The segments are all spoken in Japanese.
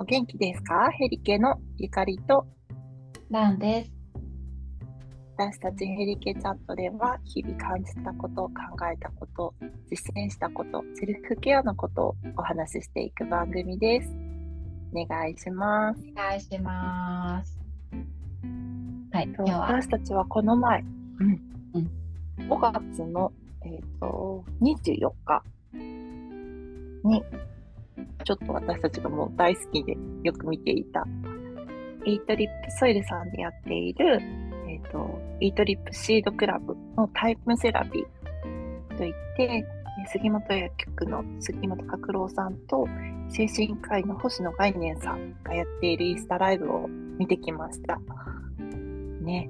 お元気ですか？ヘリケのゆかりと、 ランです。 私たちヘリケチャットでは日々感じたこと、考えたこと、実践したこと、セルフケアのことをお話ししていく番組です。お願いします。 お願いします。はい、今日は私たちはこの前、5月の、24日にちょっと私たちがもう大好きでよく見ていたイートリップソイルさんでやっている、イートリップシードクラブのタイムセラピーといって、杉本薬局の杉本拓郎さんと精神科医の星野概念さんがやっているインスタライブを見てきましたね。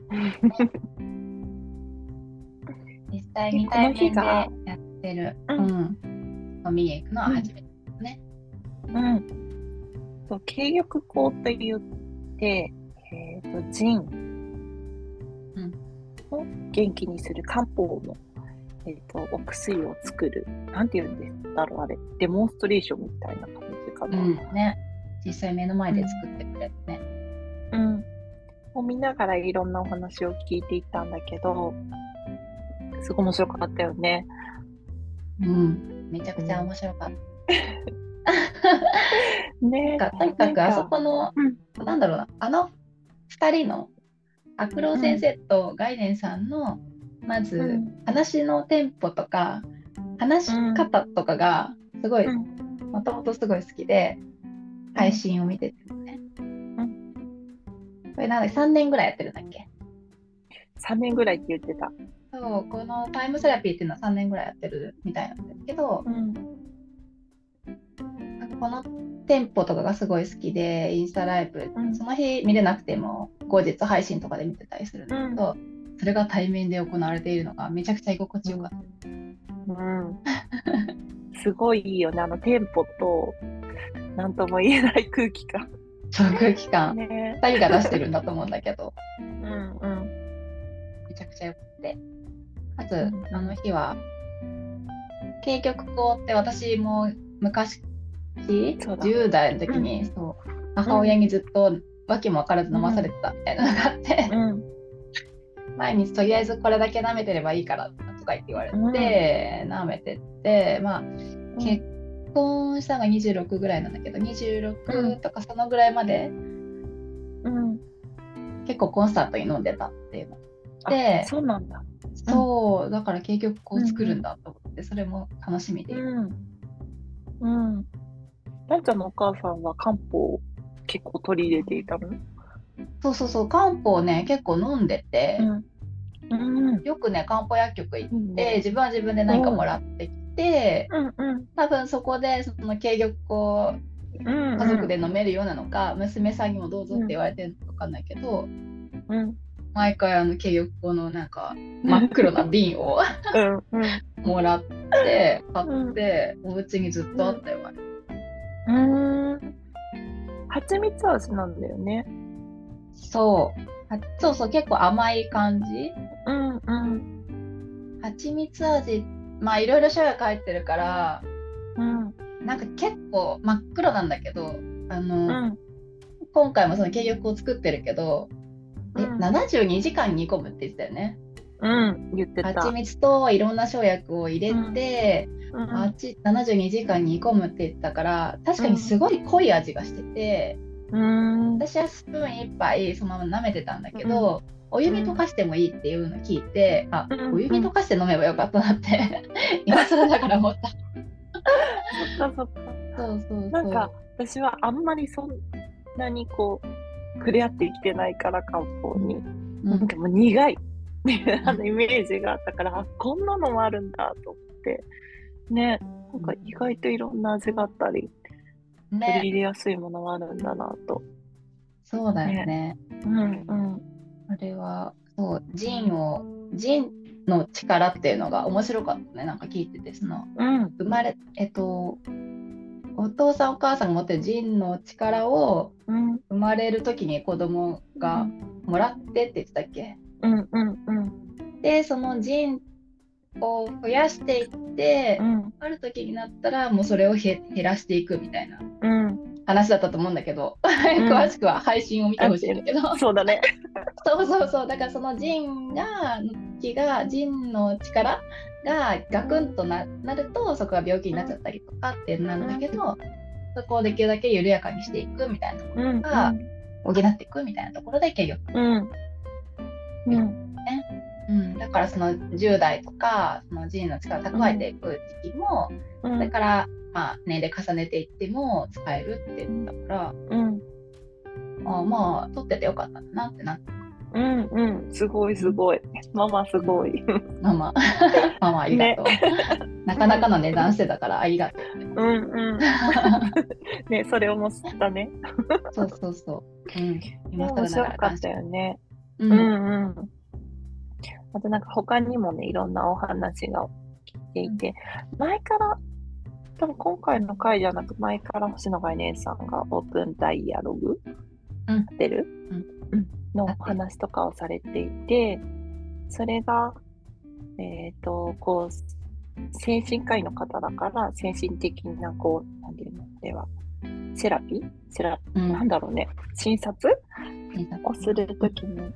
実際に対面でやってる、飲みへ行くのは初めてですね。 軽玉香といって、ジンを元気にする漢方の、お薬を作る、なんて言うんだろう、あれ、デモンストレーションみたいな感じかな。 ね、実際目の前で作ってくれるね。 を見ながらいろんなお話を聞いていったんだけど、すごい面白かったよね。 めちゃくちゃ面白かった。 ね、 とにかくあそこの、なんだろうな、あの2人の拓郎先生と概念さんのまず話のテンポとか話し方とかがすごいもともとすごい好きで配信を見ててね。これなんで3年ぐらいやってるんだっけ ？3年ぐらいって言ってた。 そう、このタイムセラピーっていうのは3年ぐらいやってるみたいなんですけど、このテンポとかがすごい好きでインスタライブ、その日見れなくても後日配信とかで見てたりするんだけど、それが対面で行われているのがめちゃくちゃ居心地よかった。 すごいいいよね、あのテンポと何とも言えない空気感。 そう、空気感、2人が出してるんだと思うんだけど、めちゃくちゃよくて、かつ、あの日は軽玉香って私も昔10代の時に、そう母親にずっと訳も分からず飲まされてたみたいなのがあって、毎日とりあえずこれだけ舐めてればいいからとか言って言われて、舐めてって、結婚したのが26ぐらいなんだけど、26とかそのぐらいまで、結構コンスタントに飲んでたっていうので、 そうなんだ。 そうだから結局こう作るんだと思って、それも楽しみで。 ランちゃんのお母さんは漢方を結構取り入れていたの？ そう、漢方ね結構飲んでて、よくね漢方薬局行って、自分は自分で何かもらってきて、多分そこでその軽玉香家族で飲めるようなのか、娘さんにもどうぞって言われてるのか分かんないけど、毎回軽玉香のなんか真っ黒な瓶をもらって買って、お家にずっとあったよ、あれ。 蜂蜜味なんだよね。 そう結構甘い感じ。蜂蜜味、いろいろ生薬入ってるから、なんか結構真っ黒なんだけど、今回もその軽玉を作ってるけど、72時間煮込むって言ってたよね。 言ってた。 蜂蜜といろんな生薬を入れて、72時間煮込むって言ったから、確かにすごい濃い味がしてて、私はスプーン1杯そのまま舐めてたんだけど、お湯に溶かしてもいいっていうのを聞いて、お湯に溶かして飲めばよかったなって今更だから思った。 そっか。そうなんか私はあんまりそんなにこう触れ合ってきてないから漢方に、なんかもう苦いイメージがあったから、こんなのもあるんだと思ってね、なんか意外といろんな味があったり、取り入れやすいものがあるんだなと。 そうだよね。あれはそうジンの力っていうのが面白かったね。なんか聞いてて、その生まれお父さんお母さんが持ってるジンの力を生まれる時に子供がもらってって言ってたっけ？でそのジンを増やしていって、ある時になったらもうそれを減らしていくみたいな話だったと思うんだけど、詳しくは配信を見てほしいんだけど、 そうだね。 そうそうそう、だからそのジンの力がガクンとなると、そこが病気になっちゃったりとかってなるんだけど、そこをできるだけ緩やかにしていくみたいなところが、補っていくみたいなところで結局、だからその10代とかそのジンの力を蓄えていく時期も、だからまあ年齢重ねていっても使えるって言ったから、まあ取っててよかったんだなってなって。 すごいすごい。ママすごい。 ママありがとう。なかなかの値段してたからありがとう。 ね、それをも知ったね。 そうそうそう。 今面白かったよね。あとなんか他にもね、いろんなお話が聞いていて、前から、多分今回の回じゃなく前から星野概念さんがオープンダイアログってるのお話とかをされていて、それが、こう、精神科医の方だから、精神的な、こう、なんていうのでは、セラピー、なんだろうね、診察をするときに、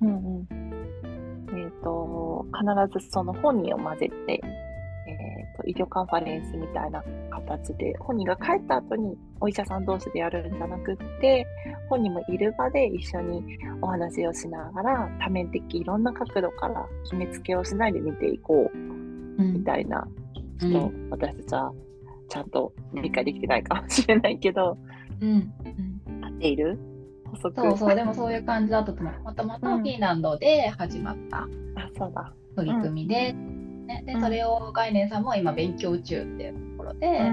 必ずその本人を混ぜて、医療カンファレンスみたいな形で、本人が帰った後にお医者さん同士でやるんじゃなくって、本人もいる場で一緒にお話をしながら、多面的いろんな角度から決めつけをしないで見ていこう、みたいな、ちょっと私たちはちゃんと理解できてないかもしれないけど、合っている補足。 そう、でもそういう感じだったと思う。もともとフィンランドで始まった取り組みで、でそれを概念さんも今勉強中っていうところで、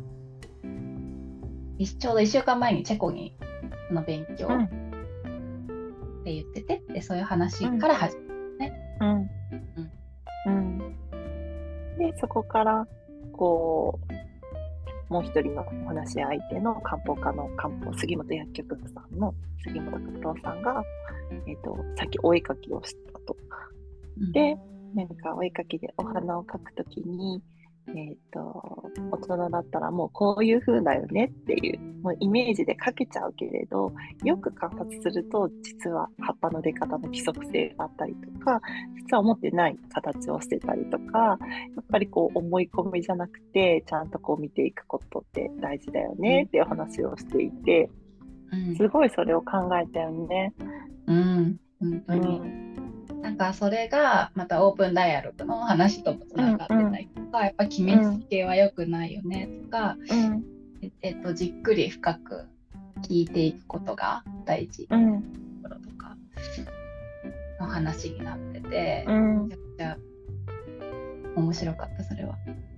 ちょうど1週間前にチェコにその勉強って言ってて、でそういう話から始まるね。 でそこからこうもう一人のお話し相手の漢方科の杉本薬局さんの杉本拓郎さんが、さっきお絵描きをしたと。でなんかお絵描きでお花を描くときに、大人だったらもうこういう風だよねっていうもうイメージで描けちゃうけれど、よく観察すると実は葉っぱの出方の規則性があったりとか、実は思ってない形をしてたりとか、やっぱりこう思い込みじゃなくてちゃんとこう見ていくことって大事だよねっていう話をしていて、すごいそれを考えたよね。 本当に。なんかそれがまたオープンダイアログの話ともつながってたりとか、やっぱ決めつけは良くないよねとか、じっくり深く聞いていくことが大事なところとかの話になってて、めちゃくちゃ面白かったそれは。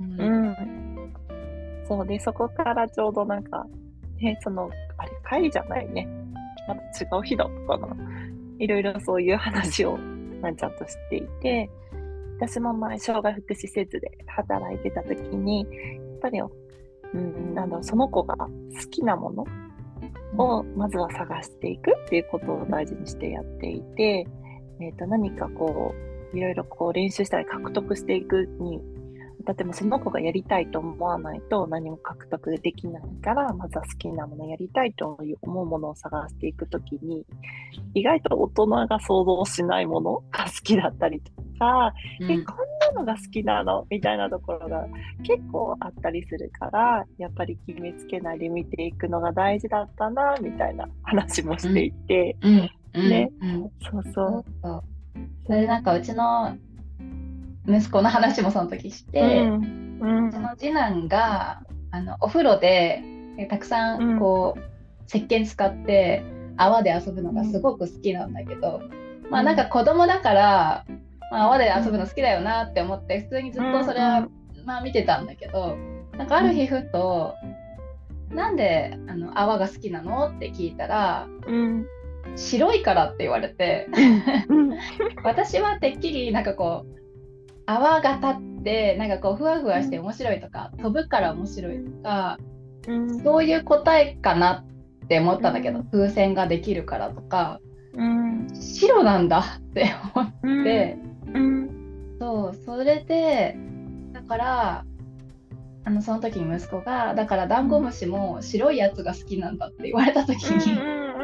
そうでそこからちょうどなんか、そのあれ会じゃないね、また違う日だったかな、いろいろそういう話をなんちゃんと知っていて、私も前障害福祉施設で働いてた時にやっぱりその子が好きなものをまずは探していくっていうことを大事にしてやっていて、何かこういろいろこう練習したり獲得していくにだってもその子がやりたいと思わないと何も獲得できないから、まずは好きなものやりたいと思うものを探していくときに、意外と大人が想像しないものが好きだったりとか、こんなのが好きなのみたいなところが結構あったりするから、やっぱり決めつけないで見ていくのが大事だったなみたいな話もしていて、そうそう。 それなんかうちの息子の話もその時して、うちの次男がお風呂でたくさんこう、石鹸使って泡で遊ぶのがすごく好きなんだけど、まあなんか子供だから、まあ、泡で遊ぶの好きだよなって思って普通にずっとそれはまあ見てたんだけど、なんかある日ふとなんで泡が好きなのって聞いたら、白いからって言われて私はてっきりなんかこう泡が立ってなんかこうふわふわして面白いとか、飛ぶから面白いとか、そういう答えかなって思ったんだけど、風船ができるからとか、白なんだって思って、そうそれでだからその時に息子が、だからダンゴムシも白いやつが好きなんだって言われた時に、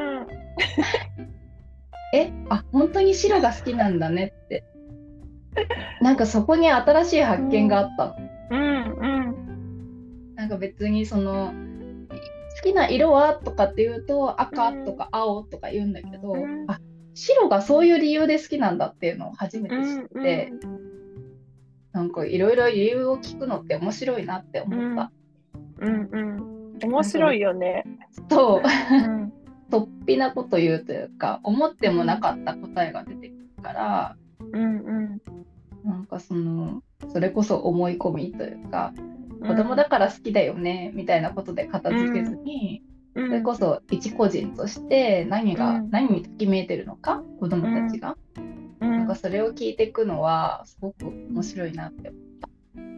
本当に白が好きなんだねって、なんかそこに新しい発見があったの。なんか別にその好きな色はとかって言うと赤とか青とか言うんだけど、白がそういう理由で好きなんだっていうのを初めて知って、なんかいろいろ理由を聞くのって面白いなって思った。 面白いよね。 そう、突飛なこと言うというか、思ってもなかった答えが出てくるから、なんかそれこそ思い込みというか、子供だから好きだよねみたいなことで片付けずに、それこそ一個人として何にときめいてるのか、子供たちが、なんかそれを聞いていくのはすごく面白いなって思った。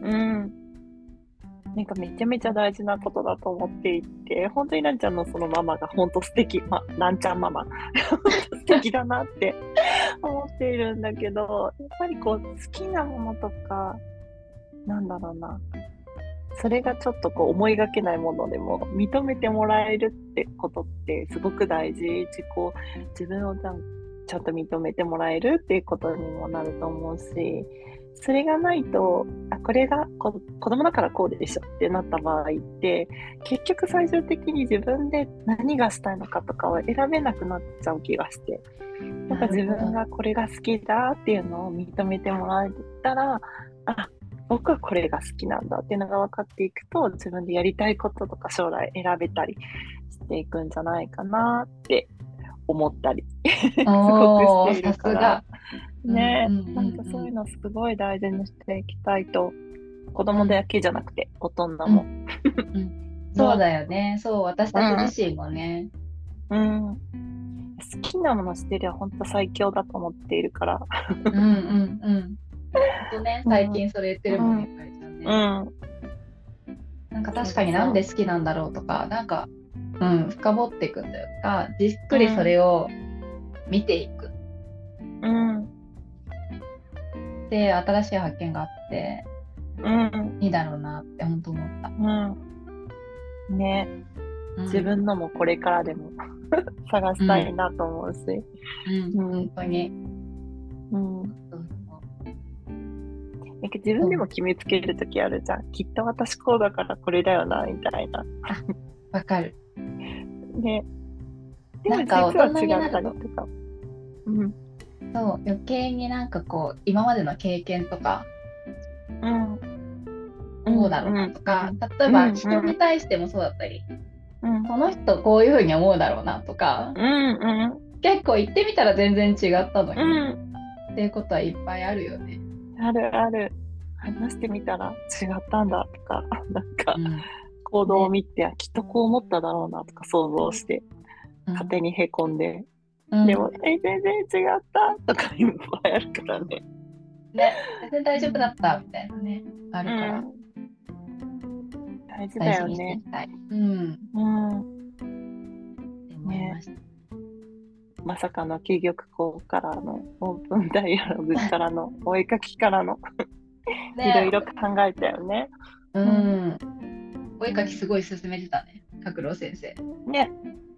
なんかめちゃめちゃ大事なことだと思っていて、本当にランちゃんのそのママが本当素敵、ランちゃんママ素敵だなって思っているんだけど、やっぱりこう好きなものとか、なんだろうな、それがちょっとこう思いがけないものでも認めてもらえるってことってすごく大事。自分をちゃんと認めてもらえるっていうことにもなると思うし、それがないと、これが子供だからこうでしょってなった場合って、結局最終的に自分で何がしたいのかとかを選べなくなっちゃう気がして、なんか自分がこれが好きだっていうのを認めてもらえたら、僕はこれが好きなんだっていうのが分かっていくと、自分でやりたいこととか将来選べたりしていくんじゃないかなって思ったりすごくしているからね。なんかそういうのすごい大事にしていきたいと、子供だけじゃなくて大人も、 そうだよね。そう、私たち自身もね、 好きなものしてりゃ本当最強だと思っているから最近それ言ってるもんね、かりちゃんね。なんか確かになんで好きなんだろうとか、なんか、深掘っていくというか、じっくりそれを見ていく。で、新しい発見があって、いいだろうなって本当思った。 ね、自分のもこれからでも探したいなと思うし、 本当に。 自分でも決めつけるときあるじゃん。きっと私こうだからこれだよなみたいな。 わかる。 ね。 でも実は違ったりとか。そう、余計になんかこう今までの経験とか、どうだろうなとか、例えば人に対してもそうだったり、この人こういうふうに思うだろうなとか、結構言ってみたら全然違ったのに、っていうことはいっぱいあるよね。 ある。話してみたら違ったんだとか、なんか行動を見て、きっとこう思っただろうなとか想像して、勝手にへこんで、でも全然違ったとかいっぱいあるからね。 全然大丈夫だったみたいなね、あるから。 大事だよね。まさかの究極校からのオープンダイアログからのお絵かきからのいろいろ考えたよね。 お絵かきすごい勧めてたね、拓郎先生。 ね。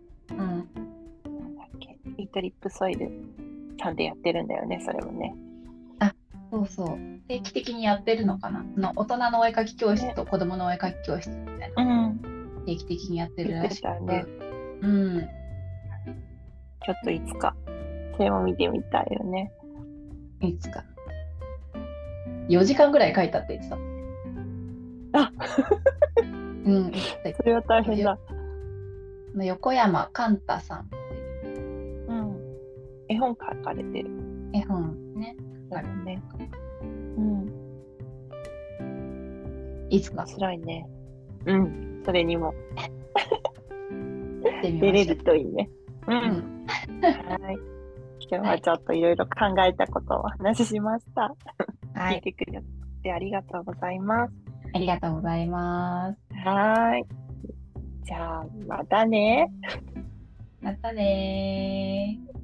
イートリップソイルちゃんとやってるんだよね、それもね。 そうそう。定期的にやってるのかな。大人のお絵かき教室と子供のお絵かき教室みたいな。定期的にやってるらしくて。 ちょっといつか、それも見てみたいよね。 いつか。4時間ぐらい書いたって言ってた。 それは大変だ。 横山寛太さん。 絵本書かれてる。 絵本ね。 あるね。 いつか。 面白いね。それにも出れるといいね。はい。今日はちょっといろいろ考えたことをお話ししました。聞いてくれてありがとうございます。 ありがとうございます。 はい。じゃあ、またね。 またねー。